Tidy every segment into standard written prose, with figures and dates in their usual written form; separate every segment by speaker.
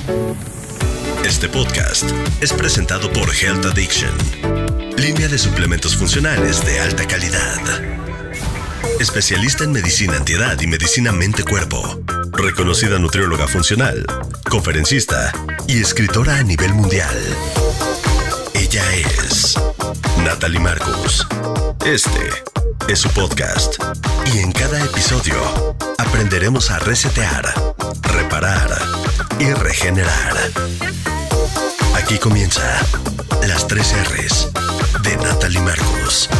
Speaker 1: Este podcast es presentado por Health Addiction, línea de suplementos funcionales de alta calidad. Especialista en medicina antiedad y medicina mente-cuerpo. Reconocida nutrióloga funcional, conferencista y escritora a nivel mundial. Ella es Natalie Marcus. Este es su podcast y en cada episodio aprenderemos a resetear, reparar y regenerar. Aquí comienza las 3 R's de Natalie Marcus.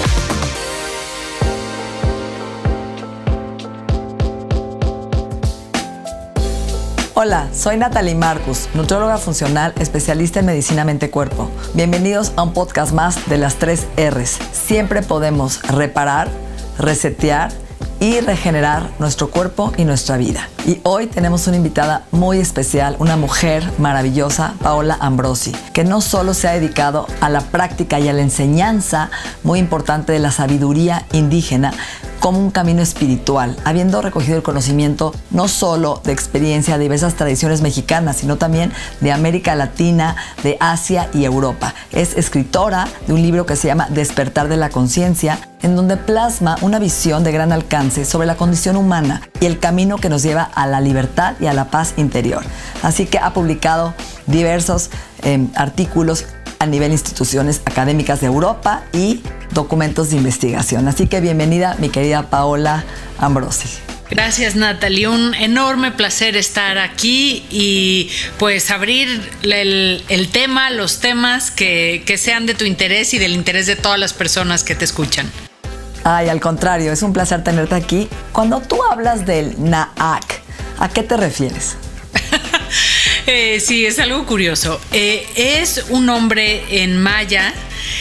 Speaker 2: Hola, soy Natalie Marcus, nutrióloga funcional, especialista en medicina mente-cuerpo. Bienvenidos a un podcast más de las 3 R's. Siempre podemos reparar, resetear y regenerar nuestro cuerpo y nuestra vida. Y hoy tenemos una invitada muy especial, una mujer maravillosa, Paola Ambrosi, que no solo se ha dedicado a la práctica y a la enseñanza muy importante de la sabiduría indígena, como un camino espiritual, habiendo recogido el conocimiento no solo de experiencia de diversas tradiciones mexicanas, sino también de América Latina, de Asia y Europa. Es escritora de un libro que se llama Despertar de la Conciencia, en donde plasma una visión de gran alcance sobre la condición humana y el camino que nos lleva a la libertad y a la paz interior. Así que ha publicado diversos artículos a nivel de instituciones académicas de Europa y documentos de investigación. Así que bienvenida, mi querida Paola Ambrosi.
Speaker 3: Gracias, Natalie. Un enorme placer estar aquí y pues abrir el tema, los temas que sean de tu interés y del interés de todas las personas que te escuchan.
Speaker 2: Ay, al contrario, es un placer tenerte aquí. Cuando tú hablas del Na'ak, ¿a qué te refieres?
Speaker 3: Sí, es algo curioso. Es un nombre en maya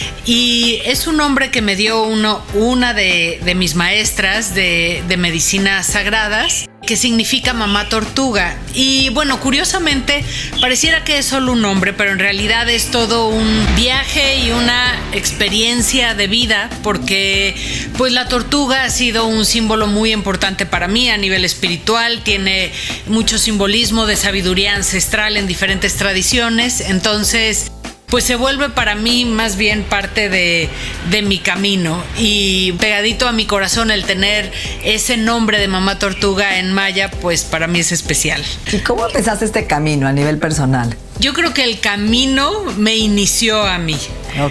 Speaker 3: y es un nombre que me dio una de mis maestras de medicinas sagradas, que significa mamá tortuga. Y bueno, curiosamente pareciera que es solo un nombre, pero en realidad es todo un viaje y una experiencia de vida, porque pues la tortuga ha sido un símbolo muy importante para mí a nivel espiritual. Tiene mucho simbolismo de sabiduría ancestral en diferentes tradiciones. Entonces pues se vuelve para mí más bien parte de mi camino, y pegadito a mi corazón el tener ese nombre de mamá tortuga en maya, pues para mí es especial.
Speaker 2: ¿Y cómo empezaste este camino a nivel personal?
Speaker 3: Yo creo que el camino me inició a mí.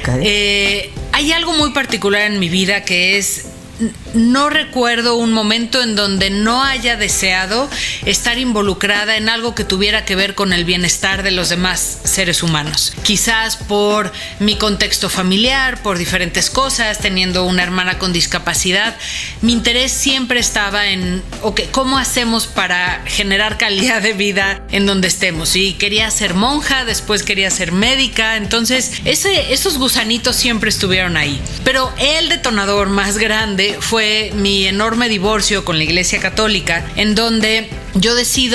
Speaker 2: Okay.
Speaker 3: Hay algo muy particular en mi vida que es: no recuerdo un momento en donde no haya deseado estar involucrada en algo que tuviera que ver con el bienestar de los demás seres humanos. Quizás por mi contexto familiar, por diferentes cosas, teniendo una hermana con discapacidad, mi interés siempre estaba en cómo hacemos para generar calidad de vida en donde estemos. Y quería ser monja, después quería ser médica, entonces esos gusanitos siempre estuvieron ahí. Pero el detonador más grande fue mi enorme divorcio con la Iglesia Católica, en donde yo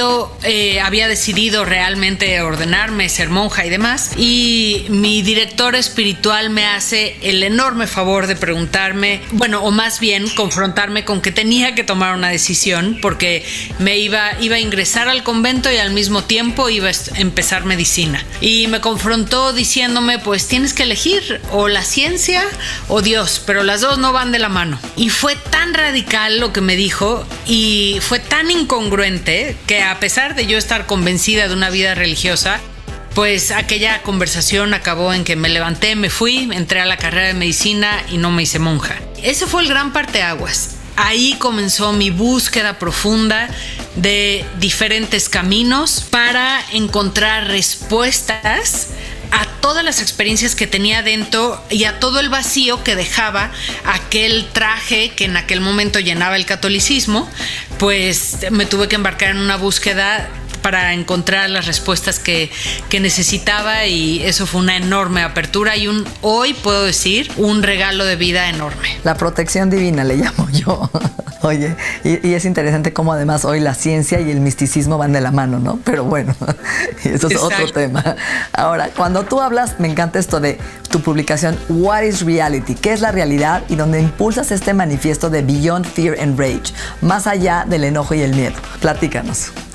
Speaker 3: había decidido realmente ordenarme, ser monja y demás, y mi director espiritual me hace el enorme favor de preguntarme, o más bien confrontarme con que tenía que tomar una decisión, porque me iba a ingresar al convento y al mismo tiempo iba a empezar medicina. Y me confrontó diciéndome, pues tienes que elegir o la ciencia o Dios, pero las dos no van de la mano. Y fue tan radical lo que me dijo y fue tan incongruente que, a pesar de yo estar convencida de una vida religiosa, pues aquella conversación acabó en que me levanté, me fui, entré a la carrera de medicina y no me hice monja. Ese fue el gran parteaguas. Ahí comenzó mi búsqueda profunda de diferentes caminos para encontrar respuestas a todas las experiencias que tenía dentro y a todo el vacío que dejaba aquel traje que en aquel momento llenaba el catolicismo. Pues me tuve que embarcar en una búsqueda para encontrar las respuestas que necesitaba, y eso fue una enorme apertura y hoy puedo decir, un regalo de vida enorme.
Speaker 2: La protección divina le llamo yo. Oye, y es interesante cómo además hoy la ciencia y el misticismo van de la mano, ¿no? Pero bueno, eso es otro tema. Ahora, cuando tú hablas, me encanta esto de tu publicación What is Reality? ¿Qué es la realidad? Y donde impulsas este manifiesto de Beyond Fear and Rage, más allá del enojo y el miedo. Platícanos.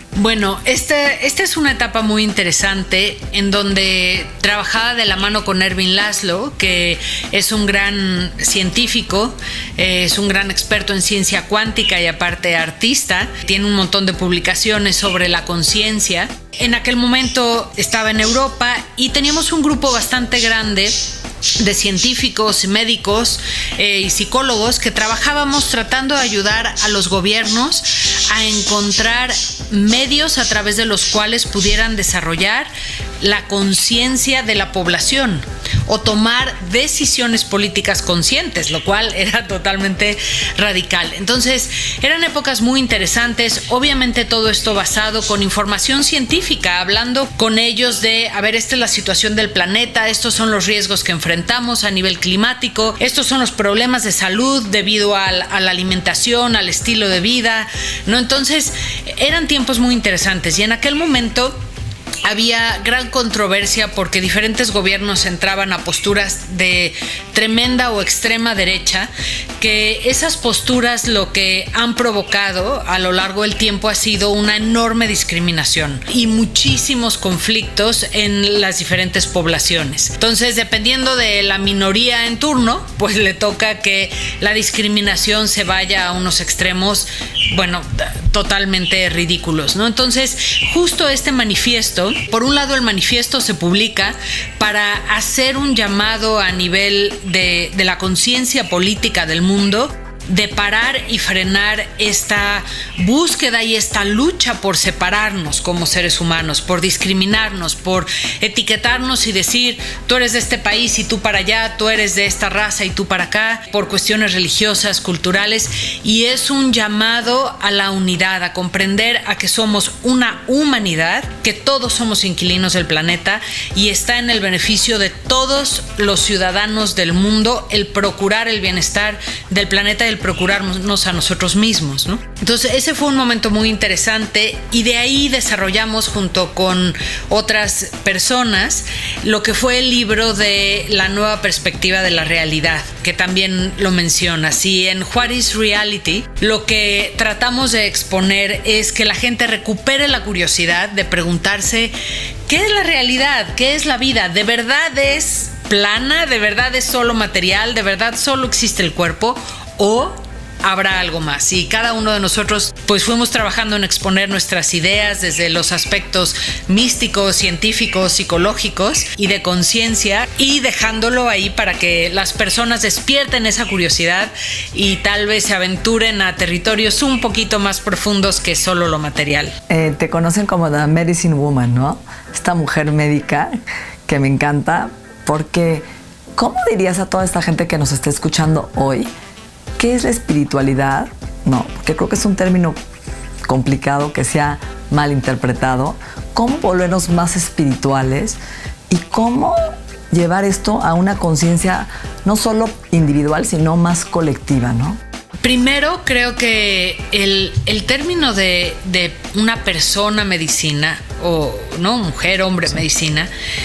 Speaker 3: Bueno, esta es una etapa muy interesante en donde trabajaba de la mano con Ervin Laszlo, que es un gran científico, es un gran experto en ciencia cuántica y aparte artista. Tiene un montón de publicaciones sobre la conciencia. En aquel momento estaba en Europa y teníamos un grupo bastante grande de científicos, médicos y psicólogos que trabajábamos tratando de ayudar a los gobiernos a encontrar medios a través de los cuales pudieran desarrollar la conciencia de la población o tomar decisiones políticas conscientes, lo cual era totalmente radical. Entonces, eran épocas muy interesantes, obviamente todo esto basado con información científica, hablando con ellos de, a ver, esta es la situación del planeta, estos son los riesgos que enfrentamos a nivel climático, estos son los problemas de salud debido a la alimentación, al estilo de vida, ¿no? Entonces, eran tiempos muy interesantes y en aquel momento había gran controversia porque diferentes gobiernos entraban a posturas de tremenda o extrema derecha, que esas posturas lo que han provocado a lo largo del tiempo ha sido una enorme discriminación y muchísimos conflictos en las diferentes poblaciones. Entonces, dependiendo de la minoría en turno, pues le toca que la discriminación se vaya a unos extremos, bueno, totalmente ridículos, ¿no? Entonces, justo este manifiesto, por un lado el manifiesto se publica para hacer un llamado a nivel de la conciencia política del mundo, de parar y frenar esta búsqueda y esta lucha por separarnos como seres humanos, por discriminarnos, por etiquetarnos y decir tú eres de este país y tú para allá, tú eres de esta raza y tú para acá, por cuestiones religiosas, culturales, y es un llamado a la unidad, a comprender a que somos una humanidad, que todos somos inquilinos del planeta y está en el beneficio de todos los ciudadanos del mundo el procurar el bienestar del planeta y el procurarnos a nosotros mismos, ¿no? Entonces ese fue un momento muy interesante y de ahí desarrollamos junto con otras personas lo que fue el libro de La nueva perspectiva de la realidad, que también lo mencionas. Y en What is Reality lo que tratamos de exponer es que la gente recupere la curiosidad de preguntarse ¿qué es la realidad? ¿Qué es la vida? ¿De verdad es plana? ¿De verdad es solo material? ¿De verdad solo existe el cuerpo? ¿O habrá algo más? Y cada uno de nosotros pues fuimos trabajando en exponer nuestras ideas desde los aspectos místicos, científicos, psicológicos y de conciencia, y dejándolo ahí para que las personas despierten esa curiosidad y tal vez se aventuren a territorios un poquito más profundos que solo lo material.
Speaker 2: Te conocen como The Medicine Woman, ¿no? Esta mujer médica que me encanta, porque ¿cómo dirías a toda esta gente que nos está escuchando hoy qué es la espiritualidad? No, porque creo que es un término complicado que se ha mal interpretado. ¿Cómo volvernos más espirituales y cómo llevar esto a una conciencia no solo individual, sino más colectiva, ¿no?
Speaker 3: Primero, creo que el término de una persona medicina, o no, mujer, hombre, medicina,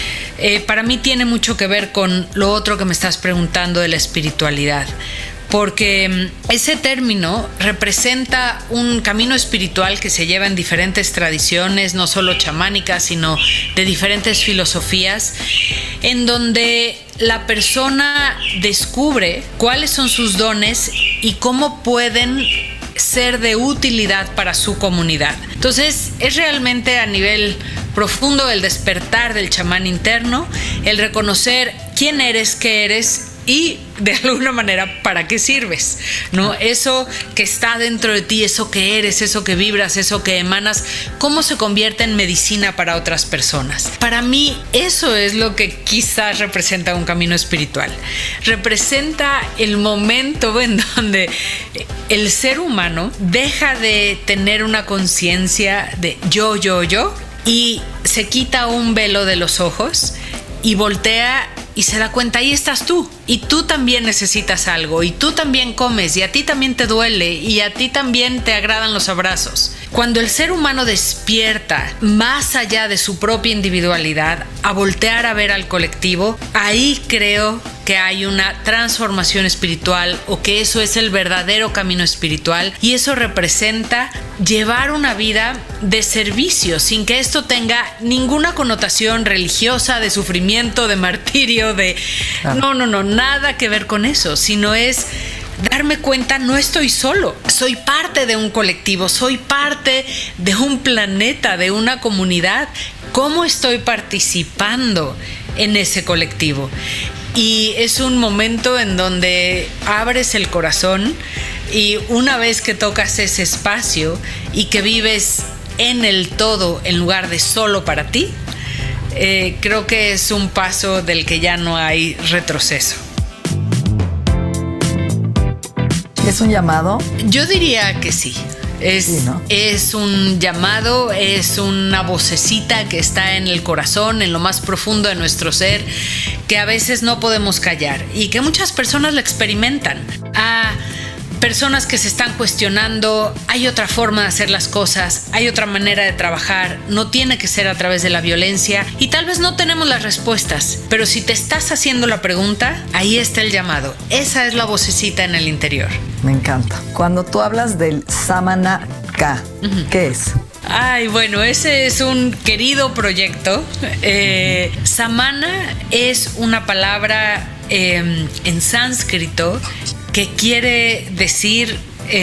Speaker 3: para mí tiene mucho que ver con lo otro que me estás preguntando de la espiritualidad. Porque ese término representa un camino espiritual que se lleva en diferentes tradiciones, no solo chamánicas, sino de diferentes filosofías, en donde la persona descubre cuáles son sus dones y cómo pueden ser de utilidad para su comunidad. Entonces, es realmente a nivel profundo el despertar del chamán interno, el reconocer quién eres, qué eres y de alguna manera para qué sirves, ¿no? Eso que está dentro de ti, eso que eres, eso que vibras, eso que emanas, cómo se convierte en medicina para otras personas. Para mí eso es lo que quizás representa un camino espiritual. Representa el momento en donde el ser humano deja de tener una conciencia de yo y se quita un velo de los ojos y voltea y se da cuenta, ahí estás tú, y tú también necesitas algo, y tú también comes, y a ti también te duele, y a ti también te agradan los abrazos. Cuando el ser humano despierta más allá de su propia individualidad, a voltear a ver al colectivo, ahí creo que hay una transformación espiritual o que eso es el verdadero camino espiritual, y eso representa llevar una vida de servicio sin que esto tenga ninguna connotación religiosa, de sufrimiento, de martirio, de... Claro. No, nada que ver con eso, sino es darme cuenta, no estoy solo, soy parte de un colectivo, soy parte de un planeta, de una comunidad. ¿Cómo estoy participando en ese colectivo? Y es un momento en donde abres el corazón, y una vez que tocas ese espacio y que vives en el todo en lugar de solo para ti, creo que es un paso del que ya no hay retroceso.
Speaker 2: ¿Es un llamado?
Speaker 3: Yo diría que sí. Sí, ¿no? Es un llamado, es una vocecita que está en el corazón, en lo más profundo de nuestro ser, que a veces no podemos callar y que muchas personas lo experimentan. Personas que se están cuestionando, hay otra forma de hacer las cosas, hay otra manera de trabajar, no tiene que ser a través de la violencia, y tal vez no tenemos las respuestas, pero si te estás haciendo la pregunta, ahí está el llamado. Esa es la vocecita en el interior.
Speaker 2: Me encanta. Cuando tú hablas del Samana K, ¿qué es?
Speaker 3: Ay, bueno, ese es un querido proyecto. Samana es una palabra en sánscrito que quiere decir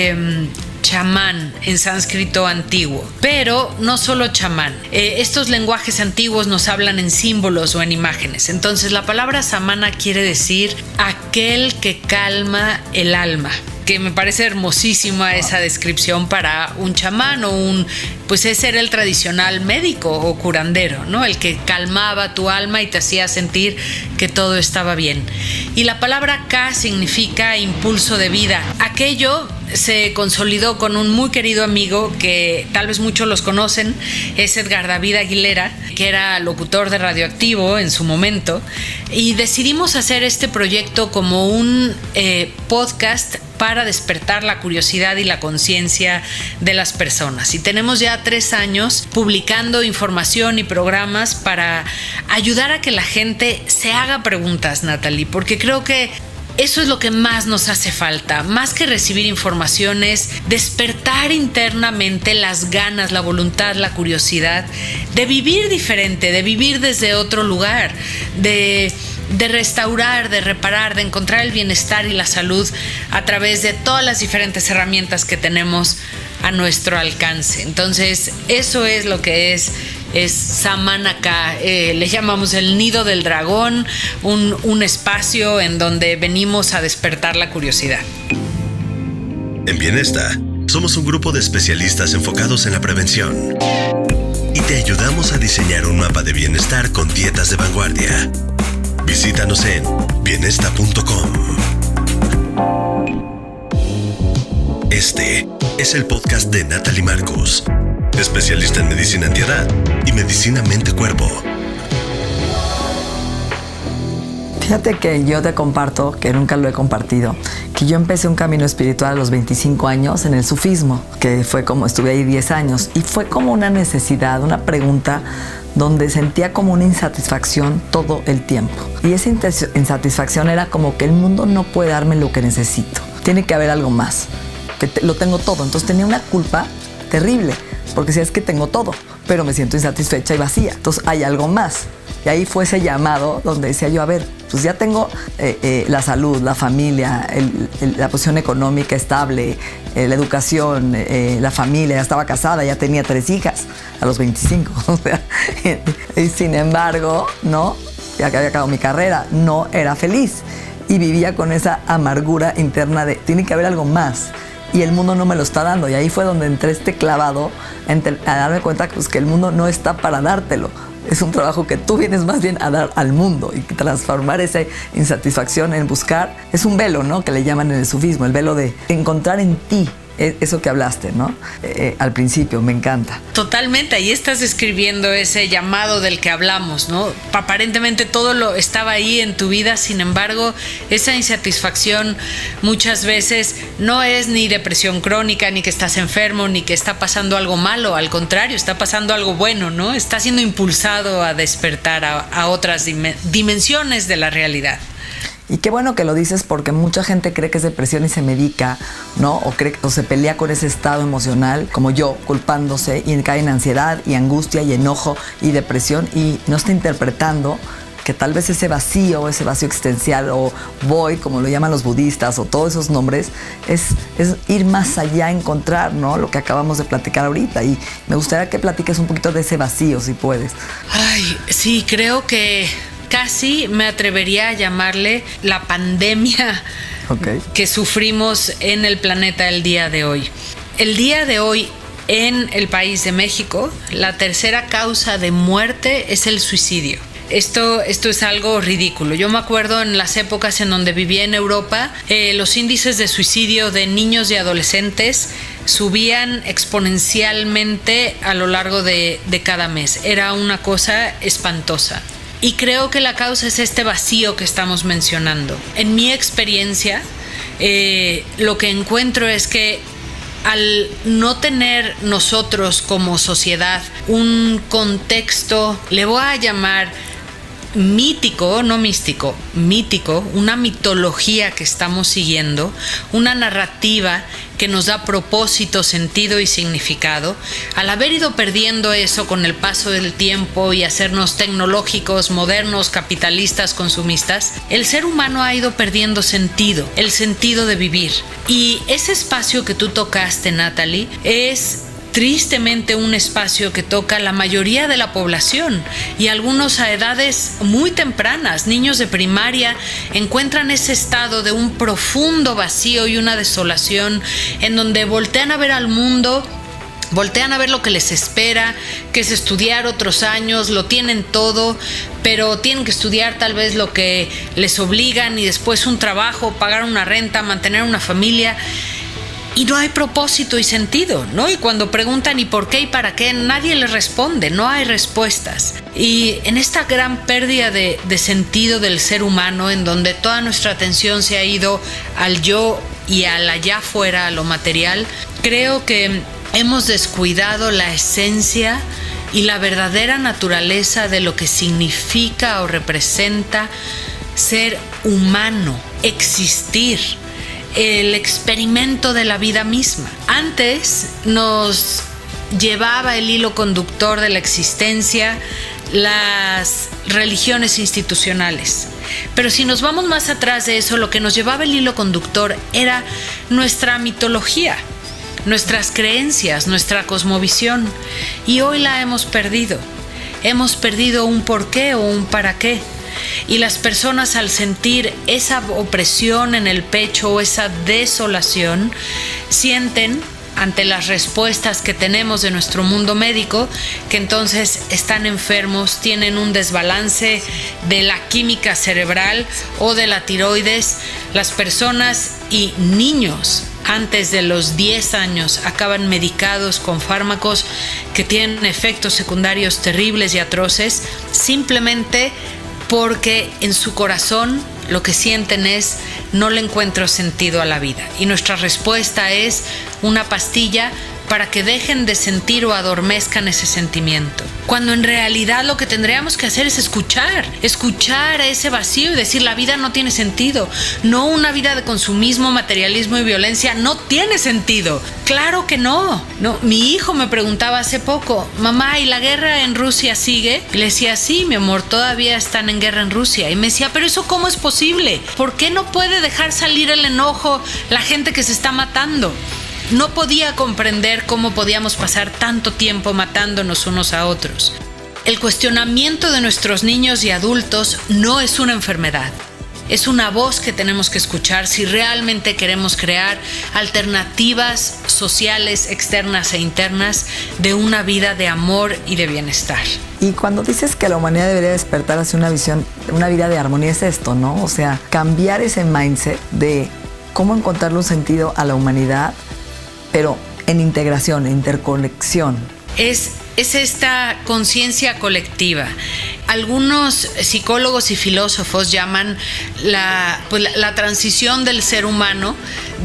Speaker 3: chamán en sánscrito antiguo, pero no solo chamán. Estos lenguajes antiguos nos hablan en símbolos o en imágenes. Entonces la palabra samana quiere decir aquel que calma el alma, que me parece hermosísima esa descripción para un chamán pues ese era el tradicional médico o curandero, ¿no? El que calmaba tu alma y te hacía sentir que todo estaba bien. Y la palabra K significa impulso de vida. Aquello se consolidó con un muy querido amigo que tal vez muchos los conocen, es Edgar David Aguilera, que era locutor de Radioactivo en su momento, y decidimos hacer este proyecto como un podcast para despertar la curiosidad y la conciencia de las personas. Y tenemos ya 3 años publicando información y programas para ayudar a que la gente se haga preguntas, Natalie, porque creo que eso es lo que más nos hace falta, más que recibir informaciones, despertar internamente las ganas, la voluntad, la curiosidad de vivir diferente, de vivir desde otro lugar, de restaurar, de reparar, de encontrar el bienestar y la salud a través de todas las diferentes herramientas que tenemos a nuestro alcance. Entonces, eso es lo que es Samana K. Le llamamos el nido del dragón, un espacio en donde venimos a despertar la curiosidad.
Speaker 1: En Bienesta, somos un grupo de especialistas enfocados en la prevención y te ayudamos a diseñar un mapa de bienestar con dietas de vanguardia. Visítanos en bienesta.com. Este es el podcast de Natalie Marcus, especialista en medicina antiedad y medicina mente-cuerpo.
Speaker 2: Fíjate que yo te comparto, que nunca lo he compartido, que yo empecé un camino espiritual a los 25 años en el sufismo, que fue como, estuve ahí 10 años, y fue como una necesidad, una pregunta donde sentía como una insatisfacción todo el tiempo. Y esa insatisfacción era como que el mundo no puede darme lo que necesito. Tiene que haber algo más, que lo tengo todo. Entonces tenía una culpa terrible, porque si es que tengo todo, pero me siento insatisfecha y vacía. Entonces hay algo más. Y ahí fue ese llamado donde decía yo, a ver, pues ya tengo la salud, la familia, la posición económica estable, la educación, la familia, ya estaba casada, ya tenía 3 hijas a los 25. O sea, y sin embargo, no, ya que había acabado mi carrera, no era feliz. Y vivía con esa amargura interna de, tiene que haber algo más. Y el mundo no me lo está dando. Y ahí fue donde entré clavado a darme cuenta pues, que el mundo no está para dártelo. Es un trabajo que tú vienes más bien a dar al mundo y transformar esa insatisfacción en buscar. Es un velo, ¿no? Que le llaman en el sufismo, el velo de encontrar en ti eso que hablaste, ¿no? Al principio, me encanta.
Speaker 3: Totalmente, ahí estás describiendo ese llamado del que hablamos, ¿no? Aparentemente todo lo estaba ahí en tu vida, sin embargo, esa insatisfacción muchas veces no es ni depresión crónica, ni que estás enfermo, ni que está pasando algo malo, al contrario, está pasando algo bueno, ¿no? Está siendo impulsado a despertar a otras dimensiones de la realidad.
Speaker 2: Y qué bueno que lo dices, porque mucha gente cree que es depresión y se medica, ¿no? O se pelea con ese estado emocional, como yo, culpándose, y cae en ansiedad y angustia y enojo y depresión, y no está interpretando que tal vez ese vacío existencial, o void, como lo llaman los budistas, o todos esos nombres, es ir más allá, encontrar, ¿no?, lo que acabamos de platicar ahorita. Y me gustaría que platiques un poquito de ese vacío, si puedes.
Speaker 3: Ay, sí, creo que casi me atrevería a llamarle la pandemia que sufrimos en el planeta el día de hoy. El día de hoy, en el país de México, la tercera causa de muerte es el suicidio. Esto es algo ridículo. Yo me acuerdo en las épocas en donde vivía en Europa, los índices de suicidio de niños y adolescentes subían exponencialmente a lo largo de cada mes. Era una cosa espantosa. Y creo que la causa es este vacío que estamos mencionando. En mi experiencia, lo que encuentro es que al no tener nosotros como sociedad un contexto, le voy a llamar mítico, no místico, mítico, una mitología que estamos siguiendo, una narrativa que nos da propósito, sentido y significado. Al haber ido perdiendo eso con el paso del tiempo y hacernos tecnológicos, modernos, capitalistas, consumistas, el ser humano ha ido perdiendo sentido, el sentido de vivir. Y ese espacio que tú tocaste, Natalie, es tristemente un espacio que toca la mayoría de la población, y algunos a edades muy tempranas. Niños de primaria encuentran ese estado de un profundo vacío y una desolación, en donde voltean a ver al mundo, voltean a ver lo que les espera, que es estudiar otros años, lo tienen todo, pero tienen que estudiar tal vez lo que les obligan, y después un trabajo, pagar una renta, mantener una familia. Y no hay propósito y sentido, ¿no? Y cuando preguntan ¿y por qué y para qué?, nadie les responde, no hay respuestas. Y en esta gran pérdida de sentido del ser humano, en donde toda nuestra atención se ha ido al yo y al allá afuera, a lo material, creo que hemos descuidado la esencia y la verdadera naturaleza de lo que significa o representa ser humano, existir, el experimento de la vida misma. Antes nos llevaba el hilo conductor de la existencia las religiones institucionales. Pero si nos vamos más atrás de eso, lo que nos llevaba el hilo conductor era nuestra mitología, nuestras creencias, nuestra cosmovisión. Y hoy la hemos perdido. Hemos perdido un porqué o un para qué. Y las personas, al sentir esa opresión en el pecho o esa desolación, sienten, ante las respuestas que tenemos de nuestro mundo médico, que entonces están enfermos, tienen un desbalance de la química cerebral o de la tiroides. Las personas y niños antes de los 10 años acaban medicados con fármacos que tienen efectos secundarios terribles y atroces, simplemente porque en su corazón lo que sienten es: no le encuentro sentido a la vida. Y nuestra respuesta es una pastilla para que dejen de sentir o adormezcan ese sentimiento. Cuando en realidad lo que tendríamos que hacer es escuchar ese vacío y decir: la vida no tiene sentido. No, una vida de consumismo, materialismo y violencia no tiene sentido. Claro que no. Mi hijo me preguntaba hace poco: mamá, ¿y la guerra en Rusia sigue? Y le decía: sí, mi amor, todavía están en guerra en Rusia. Y me decía: pero eso ¿cómo es posible? ¿Por qué no puede dejar salir el enojo la gente que se está matando? No podía comprender cómo podíamos pasar tanto tiempo matándonos unos a otros. El cuestionamiento de nuestros niños y adultos no es una enfermedad. Es una voz que tenemos que escuchar si realmente queremos crear alternativas sociales, externas e internas, de una vida de amor y de bienestar.
Speaker 2: Y cuando dices que la humanidad debería despertar hacia una visión, una vida de armonía, es esto, ¿no? O sea, cambiar ese mindset de cómo encontrarle un sentido a la humanidad, pero en integración, en interconexión.
Speaker 3: Es esta conciencia colectiva. Algunos psicólogos y filósofos llaman la transición del ser humano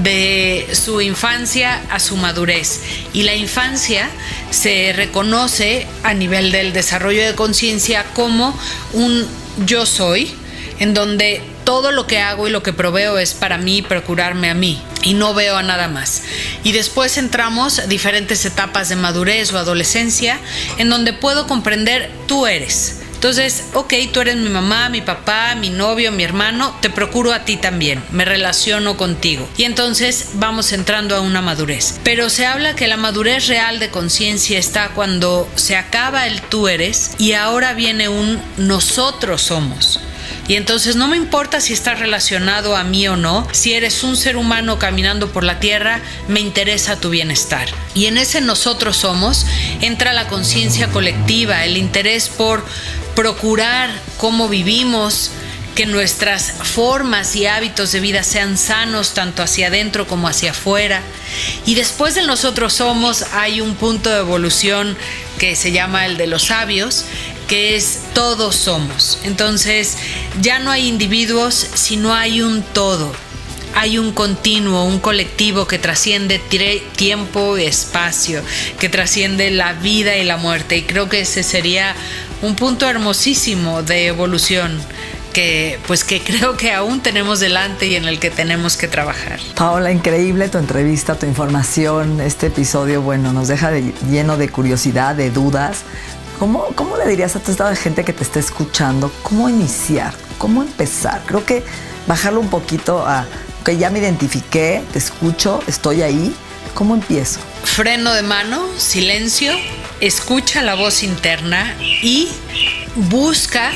Speaker 3: de su infancia a su madurez. Y la infancia se reconoce a nivel del desarrollo de conciencia como un yo soy, en donde todo lo que hago y lo que proveo es para mí, procurarme a mí, y no veo a nada más. Y después entramos a diferentes etapas de madurez o adolescencia en donde puedo comprender tú eres. Entonces, ok, tú eres mi mamá, mi papá, mi novio, mi hermano, te procuro a ti también, me relaciono contigo. Y entonces vamos entrando a una madurez. Pero se habla que la madurez real de conciencia está cuando se acaba el tú eres y ahora viene un nosotros somos. Y entonces no me importa si estás relacionado a mí o no, si eres un ser humano caminando por la tierra, me interesa tu bienestar. Y en ese nosotros somos entra la conciencia colectiva, el interés por procurar cómo vivimos, que nuestras formas y hábitos de vida sean sanos tanto hacia adentro como hacia afuera. Y después de nosotros somos hay un punto de evolución que se llama el de los sabios, que es todos somos. Entonces ya no hay individuos, sino hay un todo. Hay un continuo, un colectivo que trasciende tiempo y espacio, que trasciende la vida y la muerte. Y creo que ese sería un punto hermosísimo de evolución que creo que aún tenemos delante y en el que tenemos que trabajar.
Speaker 2: Paola, increíble tu entrevista, tu información. Este episodio, bueno, nos deja lleno de curiosidad, de dudas. ¿Cómo le dirías a toda esta gente que te está escuchando cómo iniciar, cómo empezar? Creo que bajarlo un poquito a que ya me identifiqué, te escucho, estoy ahí. ¿Cómo empiezo?
Speaker 3: Freno de mano, silencio, escucha la voz interna y busca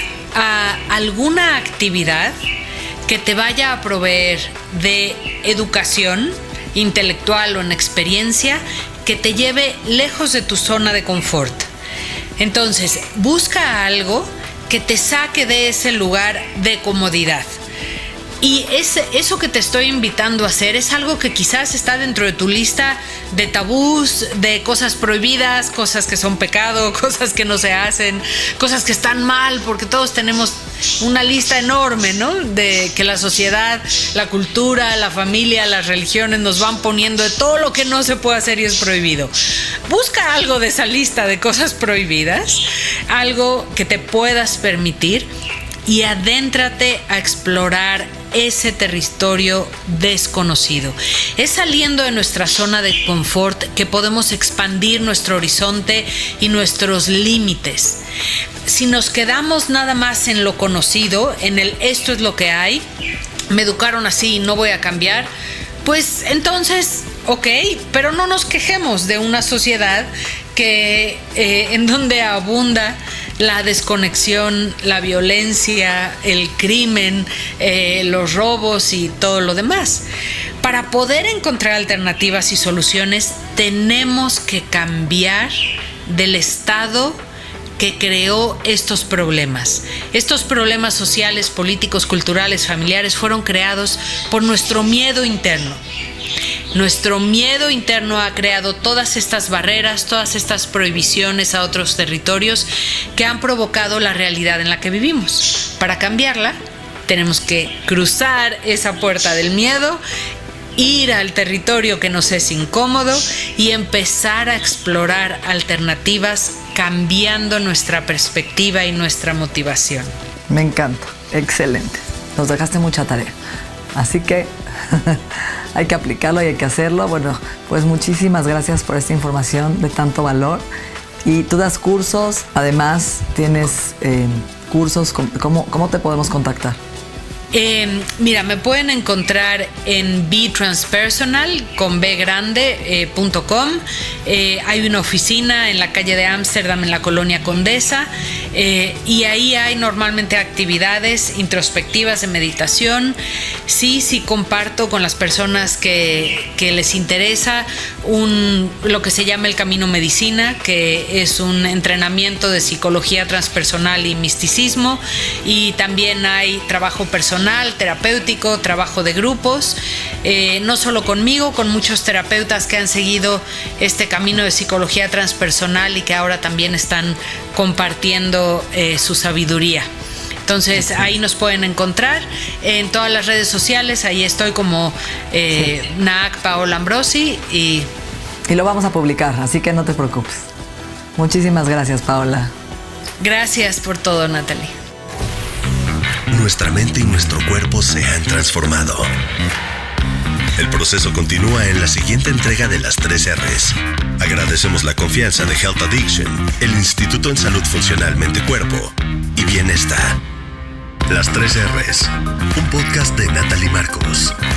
Speaker 3: alguna actividad que te vaya a proveer de educación intelectual o en experiencia que te lleve lejos de tu zona de confort. Entonces, busca algo que te saque de ese lugar de comodidad. Y eso que te estoy invitando a hacer es algo que quizás está dentro de tu lista de tabús, de cosas prohibidas, cosas que son pecado, cosas que no se hacen, cosas que están mal, porque todos tenemos una lista enorme, ¿no? De que la sociedad, la cultura, la familia, las religiones nos van poniendo de todo lo que no se puede hacer y es prohibido. Busca algo de esa lista de cosas prohibidas, algo que te puedas permitir y adéntrate a explorar ese territorio desconocido. Es saliendo de nuestra zona de confort que podemos expandir nuestro horizonte y nuestros límites. Si nos quedamos nada más en lo conocido, en el esto es lo que hay, me educaron así y no voy a cambiar, pues entonces, ok, pero no nos quejemos de una sociedad que en donde abunda la desconexión, la violencia, el crimen, los robos y todo lo demás. Para poder encontrar alternativas y soluciones, tenemos que cambiar del estado que creó estos problemas. Estos problemas sociales, políticos, culturales, familiares fueron creados por nuestro miedo interno. Nuestro miedo interno ha creado todas estas barreras, todas estas prohibiciones a otros territorios que han provocado la realidad en la que vivimos. Para cambiarla, tenemos que cruzar esa puerta del miedo, ir al territorio que nos es incómodo y empezar a explorar alternativas cambiando nuestra perspectiva y nuestra motivación.
Speaker 2: Me encanta, excelente. Nos dejaste mucha tarea. Así que hay que aplicarlo y hay que hacerlo. Bueno, pues muchísimas gracias por esta información de tanto valor. Y tú das cursos, además tienes cursos. ¿Cómo te podemos contactar?
Speaker 3: Mira, me pueden encontrar en betranspersonal.com. Hay una oficina en la calle de Ámsterdam, en la colonia Condesa, y ahí hay normalmente actividades introspectivas de meditación. Sí comparto con las personas que les interesa lo que se llama el Camino Medicina, que es un entrenamiento de psicología transpersonal y misticismo, y también hay trabajo personal, terapéutico, trabajo de grupos, no solo conmigo, con muchos terapeutas que han seguido este camino de psicología transpersonal y que ahora también están compartiendo su sabiduría. Entonces ahí nos pueden encontrar en todas las redes sociales. Ahí estoy como Naak Paola Ambrosi y
Speaker 2: lo vamos a publicar, así que no te preocupes. Muchísimas gracias, Paola.
Speaker 3: Gracias por todo, Natalie.
Speaker 1: nuestra mente y nuestro cuerpo se han transformado. El proceso continúa en la siguiente entrega de las 3 R's. Agradecemos la confianza de Health Addiction, el Instituto en Salud Funcional Mente-Cuerpo y Bienestar. Las 3 R's, un podcast de Natalie Marcos.